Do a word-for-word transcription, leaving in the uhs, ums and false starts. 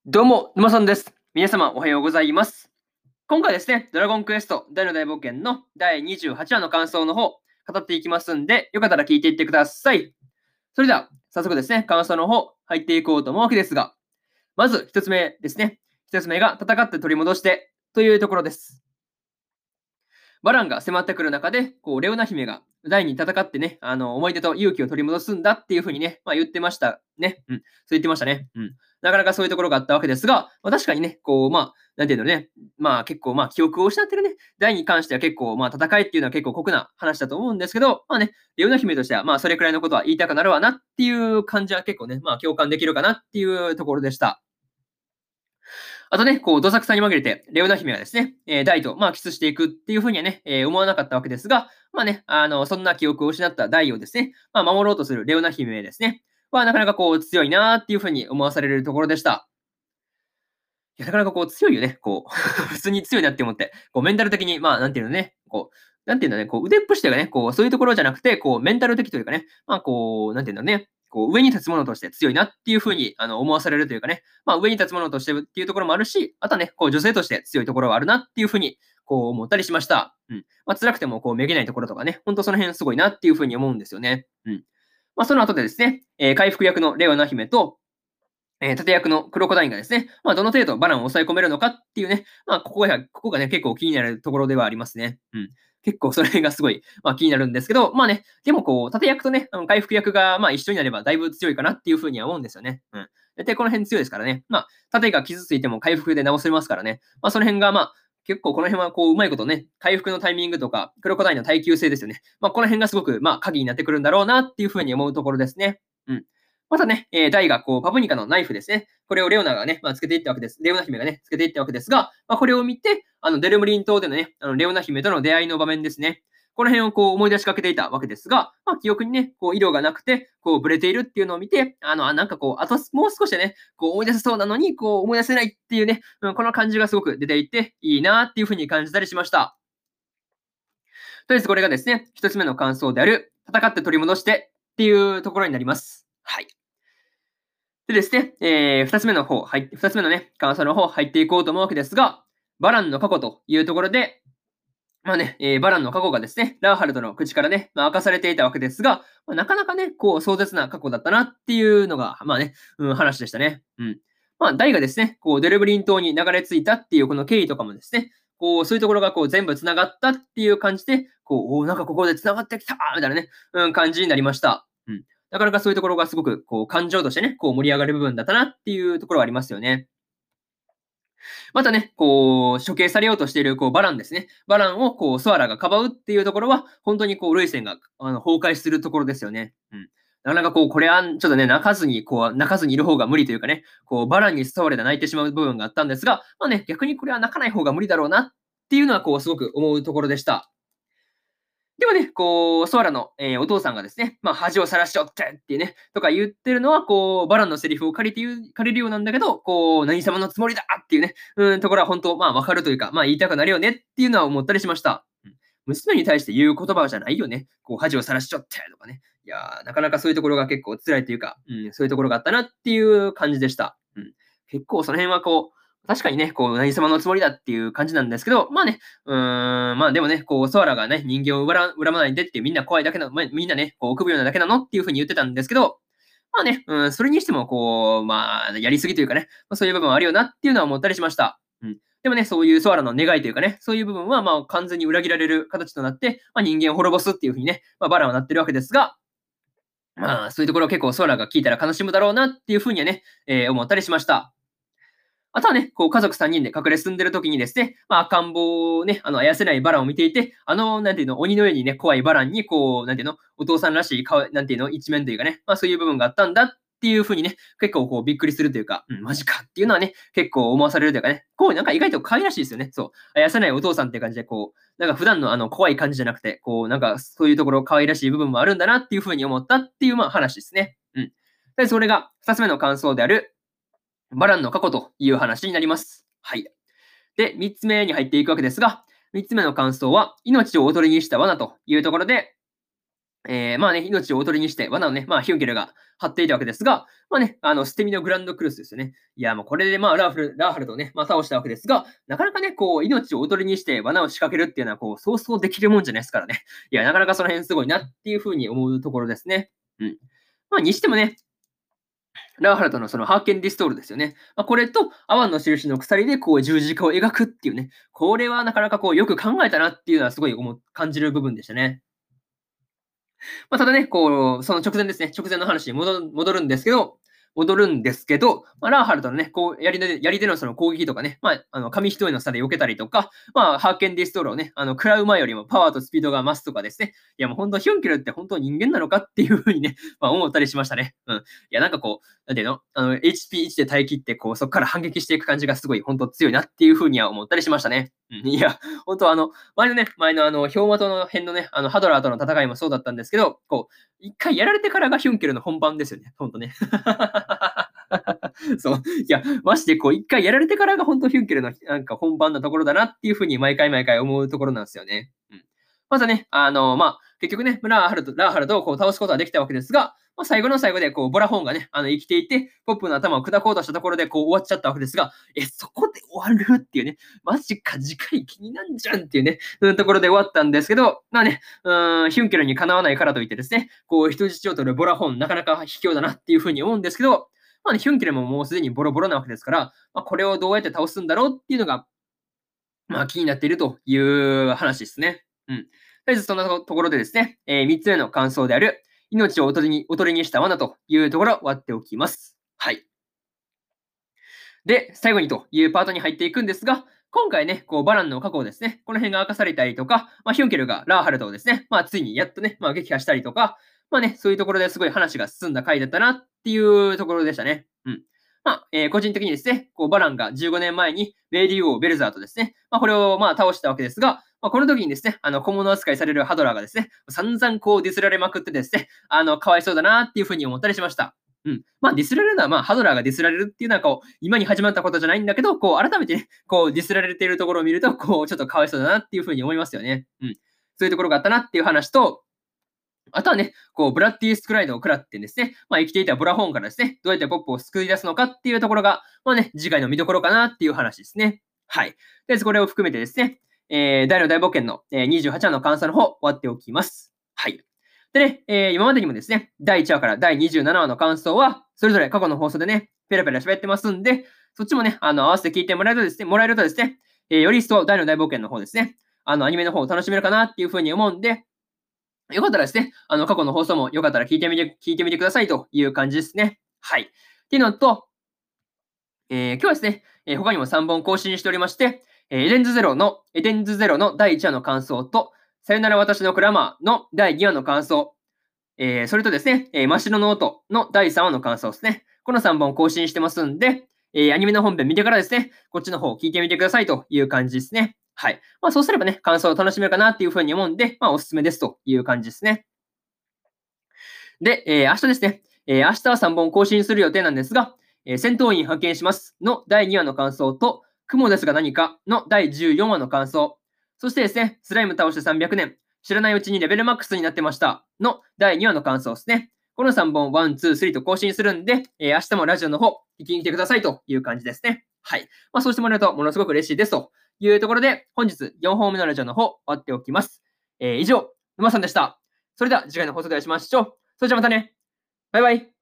どうも、沼さんです。皆様おはようございます。今回ですね、ドラゴンクエスト大の大冒険のだいにじゅうはちわの感想の方、語っていきますんで、よかったら聞いていってください。それでは、早速ですね、感想の方、入っていこうと思うわけですが、まず一つ目ですね。一つ目が戦って取り戻してというところです。バランが迫ってくる中で、こうレオナ姫が第に戦ってね、あの思い出と勇気を取り戻すんだっていう風にね、まあ、言ってましたね。うん、そう言ってましたね。うん。なかなかそういうところがあったわけですが、まあ、確かにね、こう、まあ、なんていうのね、まあ結構、まあ記憶を失ってるね、第に関しては結構、まあ戦いっていうのは結構酷な話だと思うんですけど、まあね、レオナ姫としては、まあそれくらいのことは言いたくなるわなっていう感じは結構ね、まあ共感できるかなっていうところでした。あとね、こう、どさくさに紛れて、レオナ姫がですね、えー、ダイと、まあ、キスしていくっていうふうにはね、えー思わなかったわけですが、まあね、あの、そんな記憶を失ったダイをですね、まあ、守ろうとするレオナ姫ですね、は、なかなかこう、強いなーっていうふうに思わされるところでした。いや、なかなかこう、強いよね、こう、普通に強いなって思って、こう、メンタル的に、まあ、なんていうのね、こう、なんていうのね、こう、腕っぷしというかね、こう、そういうところじゃなくて、こう、メンタル的というかね、まあ、こう、なんていうのね、こう、上に立つ者として強いなっていうふうに、あの、思わされるというかね、まあ、上に立つ者としてっていうところもあるし、あとはね、こう、女性として強いところがあるなっていうふうに、こう、思ったりしました。うん。まあ、辛くても、こう、めげないところとかね、ほんとその辺すごいなっていうふうに思うんですよね。うん。まあ、その後でですね、えー回復役のレオナ姫と、えー、盾役のクロコダインがですね、まあ、どの程度バランを抑え込めるのかっていうね、まあ、ここが、ここがね、結構気になるところではありますね。うん。結構それがすごい、まあ、気になるんですけど、まあね、でもこう、盾役とね、あの回復役がまあ一緒になればだいぶ強いかなっていうふうには思うんですよね。うん。で、この辺強いですからね。まあ、盾が傷ついても回復で直せますからね。まあ、その辺がまあ、結構この辺はこう、うまいことね、回復のタイミングとか、クロコダインの耐久性ですよね。まあ、この辺がすごく、まあ、鍵になってくるんだろうなっていうふうに思うところですね。うん。またね、えー、ダイがこう、パプニカのナイフですね。これをレオナがね、まあ、つけていったわけです。レオナ姫がね、つけていったわけですが、まあ、これを見て、あの、デルムリン島でのね、あのレオナ姫との出会いの場面ですね。この辺をこう思い出しかけていたわけですが、まあ、記憶にね、こう色がなくて、こうブレているっていうのを見て、あの、あなんかこう、あともう少しでね、こう思い出せそうなのに、こう思い出せないっていうね、うん、この感じがすごく出ていて、いいなっていうふうに感じたりしました。とりあえずこれがですね、一つ目の感想である、戦って取り戻してっていうところになります。はい。でですね、えー、二つ目の方、はい、二つ目のね、感想の方入っていこうと思うわけですが、バランの過去というところで、まあね、えー、バランの過去がですね、ラーハルトの口からね、まあ、明かされていたわけですが、まあ、なかなかね、こう、壮絶な過去だったなっていうのが、まあね、うん、話でしたね。うん。まあ、ダイがですね、こう、デルブリン島に流れ着いたっていうこの経緯とかもですね、こう、そういうところがこう、全部繋がったっていう感じで、こう、おーなんかここで繋がってきたみたいなね、うん、感じになりました。うん。なかなかそういうところがすごく、こう、感情としてね、こう、盛り上がる部分だったなっていうところはありますよね。またね、こう、処刑されようとしているこうバランですね。バランをこうソアラがかばうっていうところは、本当にこう、ルイセンがあの崩壊するところですよね。うん。なかなかこう、これはちょっとね、泣かずに、こう、泣かずにいる方が無理というかね、こう、バランにソアラで泣いてしまう部分があったんですが、まあね、逆にこれは泣かない方が無理だろうなっていうのは、こう、すごく思うところでした。でもね、こう、ソアラの、えーお父さんがですね、まあ、恥をさらしちゃってっていうね、とか言ってるのは、こう、バランのセリフを借りて言う、借りるようなんだけど、こう、何様のつもりだっていうね、うん、ところは本当、まあ、わかるというか、まあ、言いたくなるよねっていうのは思ったりしました。うん。娘に対して言う言葉じゃないよね。こう、恥をさらしちゃってとかね。いやー、なかなかそういうところが結構辛いというか、うん、そういうところがあったなっていう感じでした。うん。結構その辺はこう、確かにね、こう、何様のつもりだっていう感じなんですけど、まあね、うーん、まあでもね、こう、ソアラがね、人間を恨恨まないでってみんな怖いだけなの、まみんなね、こう、臆病なだけなのっていう風に言ってたんですけど、まあね、うん、それにしてもこう、まあ、やりすぎというかね、まあ、そういう部分はあるよなっていうのは思ったりしました。うん。でもね、そういうソアラの願いというかね、そういう部分はまあ完全に裏切られる形となって、まあ、人間を滅ぼすっていう風にね、まあ、バランはなってるわけですが、まあ、そういうところを結構ソアラが聞いたら悲しむだろうなっていう風にはね、えー思ったりしました。あとはね、こう家族さんにんで隠れ住んでる時にですね、まあ、赤ん坊をね、あの、あやせないバランを見ていて、あの、なんていうの、鬼のようにね、怖いバランに、こう、なんていうの、お父さんらしい顔、なんていうの、一面というかね、まあそういう部分があったんだっていう風にね、結構こうびっくりするというか、うん、マジかっていうのはね、結構思わされるというかね、こうなんか意外と可愛らしいですよね。そう。あやせないお父さんっていう感じで、こう、なんか普段のあの怖い感じじゃなくて、こう、なんかそういうところ可愛らしい部分もあるんだなっていう風に思ったっていうまあ話ですね。うん。で、それが二つ目の感想である、バランの過去という話になります。はい。で、みっつめに入っていくわけですが、みっつめの感想は、命をおとりにした罠というところで、 えー、まあね、命をおとりにして罠をね、まあヒュンケルが張っていたわけですが、まあね、あの、捨て身のグランドクルスですよね。いや、もうこれでまあラーフル、ラーハルトをね、まあ倒したわけですが、なかなかね、こう、命をおとりにして罠を仕掛けるっていうのは、こう、そうそうできるもんじゃないですからね。いや、なかなかその辺すごいなっていうふうに思うところですね。うん。まあ、にしてもね、ラーハルトのそのハーケンディストールですよね。まあ、これとアワンの印の鎖でこう十字架を描くっていうね、これはなかなかこうよく考えたなっていうのはすごい思う感じる部分でしたね。まあ、ただね、こう、その直前ですね、直前の話に戻る戻るんですけど、戻るんですけど、まあ、ラーハルトのね、こう、やりで、やりでのその攻撃とかね、まあ、あの、紙一重の差で避けたりとか、まあ、ハーケンディストールをね、あの、食らう前よりもパワーとスピードが増すとかですね。いや、もう本当ヒュンケルって本当人間なのかっていうふうにね、まあ、思ったりしましたね。うん。いや、なんかこう、なんていうのあの、エイチピーいち で耐え切って、こう、そこから反撃していく感じがすごい本当強いなっていうふうには思ったりしましたね。うん。いや、本当あの、前のね、前のあの、氷的の辺のね、あの、ハドラーとの戦いもそうだったんですけど、こう、一回やられてからがヒュンケルの本番ですよね。ほんとね。そう。いや、ましてこう、一回やられてからが本当ヒュンケルのなんか本番のところだなっていうふうに毎回毎回思うところなんですよね。うん。まずはね、あの、まあ、結局ね、ラーハルト、ラーハルトをこう倒すことはできたわけですが、まあ、最後の最後で、こう、ボラホーンがね、あの、生きていて、ポップの頭を砕こうとしたところで、こう、終わっちゃったわけですが、え、そこで終わるっていうね、マジか、次回気になんじゃんっていうね、うん、ところで終わったんですけど、まあね、うん、ヒュンケルにかなわないからといってですね、こう、人質を取るボラホーン、なかなか卑怯だなっていうふうに思うんですけど、まあね、ヒュンケルももうすでにボロボロなわけですから、まあ、これをどうやって倒すんだろうっていうのが、まあ、気になっているという話ですね。うん。とりあえずそんなところでですね、えー、みっつめの感想である、命をおとりにおとりにした罠というところを割っておきます。はい。で、最後にというパートに入っていくんですが、今回ね、こうバランの過去をですね、この辺が明かされたりとか、まあ、ヒュンケルがラーハルトをですね、まあ、ついにやっとね、まあ、撃破したりとか、まあね、そういうところですごい話が進んだ回だったなっていうところでしたね。うん。まあ、えー個人的にですね、こうバランがじゅうごねんまえにレイディオー・ベルザーとですね、まあ、これをまあ倒したわけですが、まあ、この時にですね、あの小物扱いされるハドラーがですね、散々こうディスられまくってですね、あの、かわいそうだなっていうふうに思ったりしました。うん。まあ、ディスられるのは、まあ、ハドラーがディスられるっていうのは、こう、今に始まったことじゃないんだけど、こう、改めてね、こう、ディスられているところを見ると、こう、ちょっとかわいそうだなっていうふうに思いますよね。うん。そういうところがあったなっていう話と、あとはね、こう、ブラッディスクライドを食らってですね、まあ、生きていたブラホーンからですね、どうやってポップを救い出すのかっていうところが、まあね、次回の見どころかなっていう話ですね。はい。で、これを含めてですね、えー、大の大冒険の、えー、にじゅうはちわの感想の方、終わっておきます。はい。でね、えー、今までにもですね、だいいちわからだいにじゅうななわの感想は、それぞれ過去の放送でね、ペラペラ喋ってますんで、そっちもね、あの、合わせて聞いてもらえるとですね、もらえるとですね、えー、より一層大の大冒険の方ですね、あの、アニメの方を楽しめるかなっていうふうに思うんで、よかったらですね、あの、過去の放送もよかったら聞いてみて、聞いてみてくださいという感じですね。はい。っていうのと、えー今日はですね、えー他にもさんぼん更新しておりまして、えーエデンズゼロの、エデンズゼロのだいいちわの感想と、さよなら私のクラマーのだいにわの感想、えーそれとですね、えー真っ白の音のだいさんわの感想ですね。このさんぼん更新してますんで、えーアニメの本編見てからですね、こっちの方を聞いてみてくださいという感じですね。はい。まあそうすればね、感想を楽しめるかなっていうふうに思うんで、まあおすすめですという感じですね。で、えー明日ですね、えー明日はさんぼん更新する予定なんですが、えー戦闘員派遣しますのだいにわの感想と、雲ですが何かのだいじゅうよんわの感想、そしてですね、スライム倒してさんびゃくねん、知らないうちにレベルマックスになってましたのだいにわの感想ですね。このさんぼん、ワン、ツー、スリーと更新するんで、えー明日もラジオの方、聞きに来てくださいという感じですね。はい。まあ、そうしてもらえるとものすごく嬉しいですというところで、本日よんほんめのラジオの方、終わっておきます。えー以上、沼さんでした。それでは次回の放送でお会いしましょう。それじゃあまたね。バイバイ。